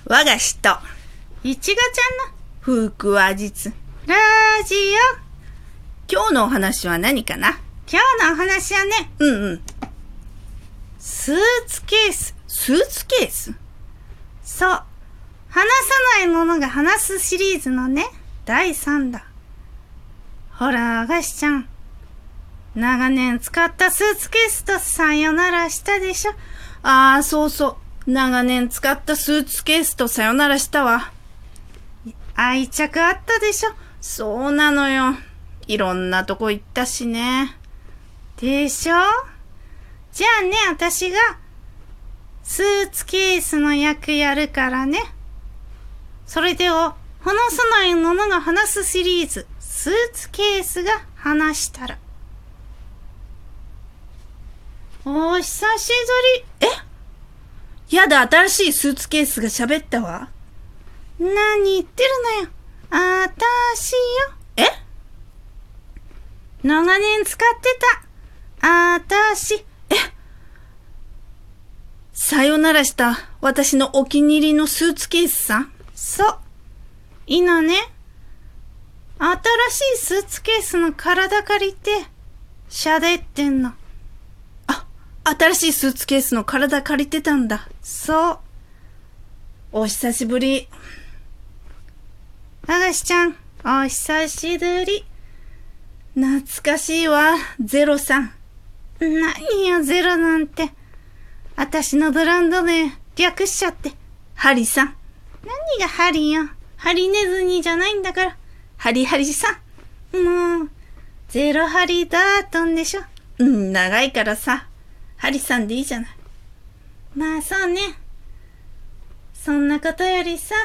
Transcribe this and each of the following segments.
我が師といちごちゃんの風空話実ラジオ。 今日のお話は何かな？ 今日のお話はね、スーツケース。 スーツケース？ そう。話さないものが話すシリーズのね、第3弾。ほら、あがしちゃん。長年使ったスーツケースとさよならしたでしょ。 ああ、そうそう。長年使ったスーツケースとさよならしたわ。 愛着あったでしょ。 そうなのよ。いろんなとこ行ったしね。 でしょ？じゃあね、私がスーツケースの役やるからね。それでは、話さないものが話すシリーズ、スーツケースが話したら。お久しぶり。 やだ、新しいスーツケースが喋ったわ。 何言ってるのよ。あたしよ。長年使ってた。あたし。 さよならした私のお気に入りのスーツケースさん？ そう。いいのね。新しいスーツケースの体借りて、喋ってんの。 新しいスーツケースの体借りてたんだ。 そう。 お久しぶり。 あがしちゃん、お久しぶり。 懐かしいわ、ゼロさん。 何よ、ゼロなんて。あたしのブランド名、略しちゃって。 ハリさん。 何がハリよ。ハリネズミじゃないんだから。 ハリハリさん。もう、ゼロハリダートンでしょ。 長いからさ。ハリさんでいいじゃない。 まあそうね。そんなことよりさ。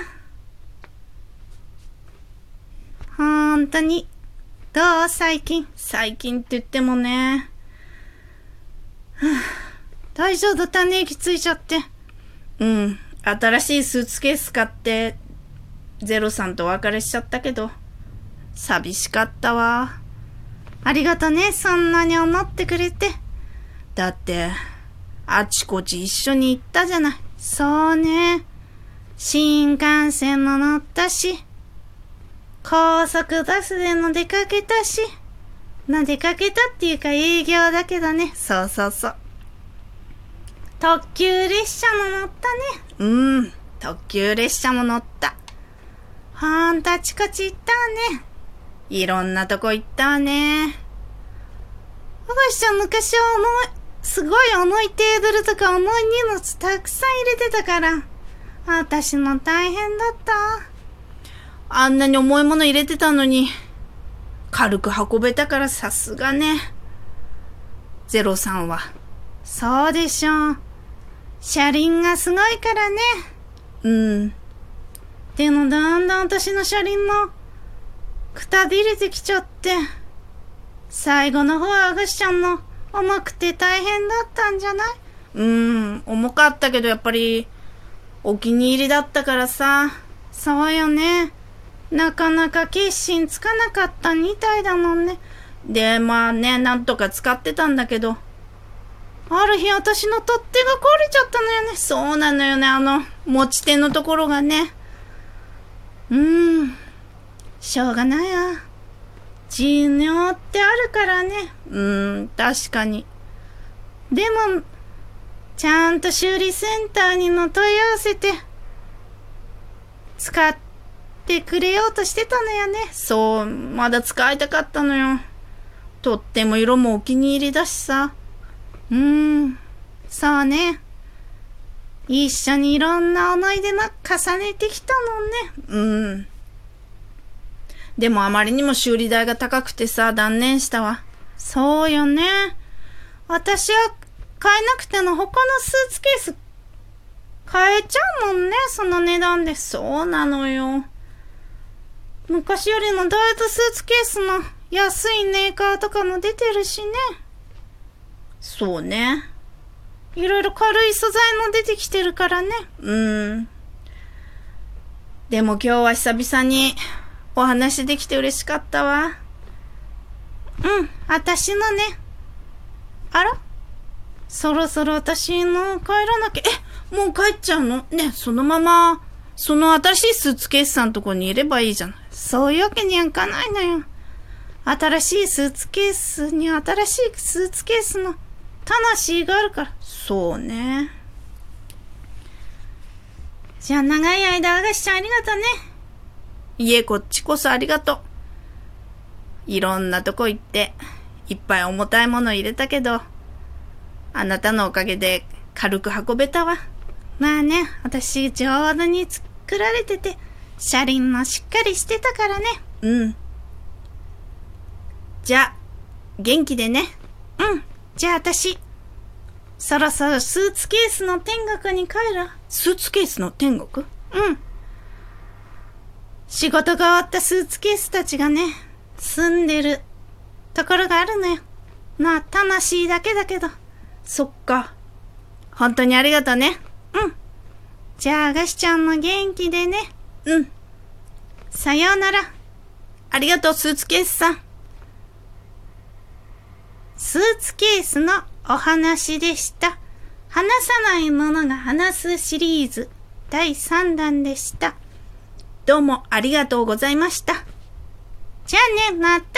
ほんとに。どう最近？ 最近って言ってもね。 大丈夫？種息ついちゃって。 新しいスーツケース買って、ゼロさんとお別れしちゃったけど、寂しかったわ。 ありがとね、そんなに思ってくれて。 だって、あちこち一緒に行ったじゃない。 そうね。新幹線も乗ったし、高速バスでも出かけたし、出かけたっていうか営業だけどね。 そうそうそう。 特急列車も乗ったね。特急列車も乗った。 ほんとあちこち行ったわね。 いろんなとこ行ったわね。 おがしちゃん昔はすごい重いテーブルとか重い荷物たくさん入れてたから、私も大変だった。 あんなに重いもの入れてたのに、軽く運べたからさすがね。ゼロさんは。 そうでしょう。車輪がすごいからね。でもだんだん私の車輪もくたびれてきちゃって、最後の方はあがしちゃんも重くて大変だったんじゃない？ 重かったけどやっぱりお気に入りだったからさ。 そうよね。なかなか決心つかなかったみたいだもんね。 で、まあね、なんとか使ってたんだけど、 ある日私の取っ手が壊れちゃったのよね。 そうなのよね、持ち手のところがね。 しょうがないわ。寿命ってあるからね。 確かに。 でも、ちゃんと修理センターにも問い合わせて、使ってくれようとしてたのよね。 そう、まだ使いたかったのよ。とっても色もお気に入りだしさ。 そうね。一緒にいろんな思い出も重ねてきたもんね。 でもあまりにも修理代が高くてさ、断念したわ。 そうよね。私は買えなくても他のスーツケース買えちゃうもんね、その値段で。 そうなのよ。 昔よりもだいぶスーツケースの安いメーカーとかも出てるしね。 そうね。 いろいろ軽い素材も出てきてるからね。 でも今日は久々にお話できて嬉しかったわ。 私のね。あら？そろそろ私も帰らなきゃ。 もう帰っちゃうの？ね、そのままその新しいスーツケースさんとこにいればいいじゃない。 そういうわけにはいかないのよ。新しいスーツケースに新しいスーツケースの魂があるから。 そうね。 じゃあ長い間、アガシちゃんありがとね。 いえ、こっちこそありがとう。いろんなとこ行って、いっぱい重たいもの入れたけど、あなたのおかげで軽く運べたわ。 まあね、私上手に作られてて、車輪もしっかりしてたからね。 うん。じゃあ、元気でね。 うん。じゃあ私、そろそろスーツケースの天国に帰る。 スーツケースの天国？ うん。仕事が終わったスーツケースたちがね、住んでるところがあるのよ。まあ、魂だけだけど。 そっか。本当にありがとうね。 うん。じゃあ、アガシちゃんも元気でね。 うん。 さようなら。 ありがとう、スーツケースさん。 スーツケースのお話でした。話さないものが話すシリーズ第3弾でした。 どうもありがとうございました。 じゃあね、また。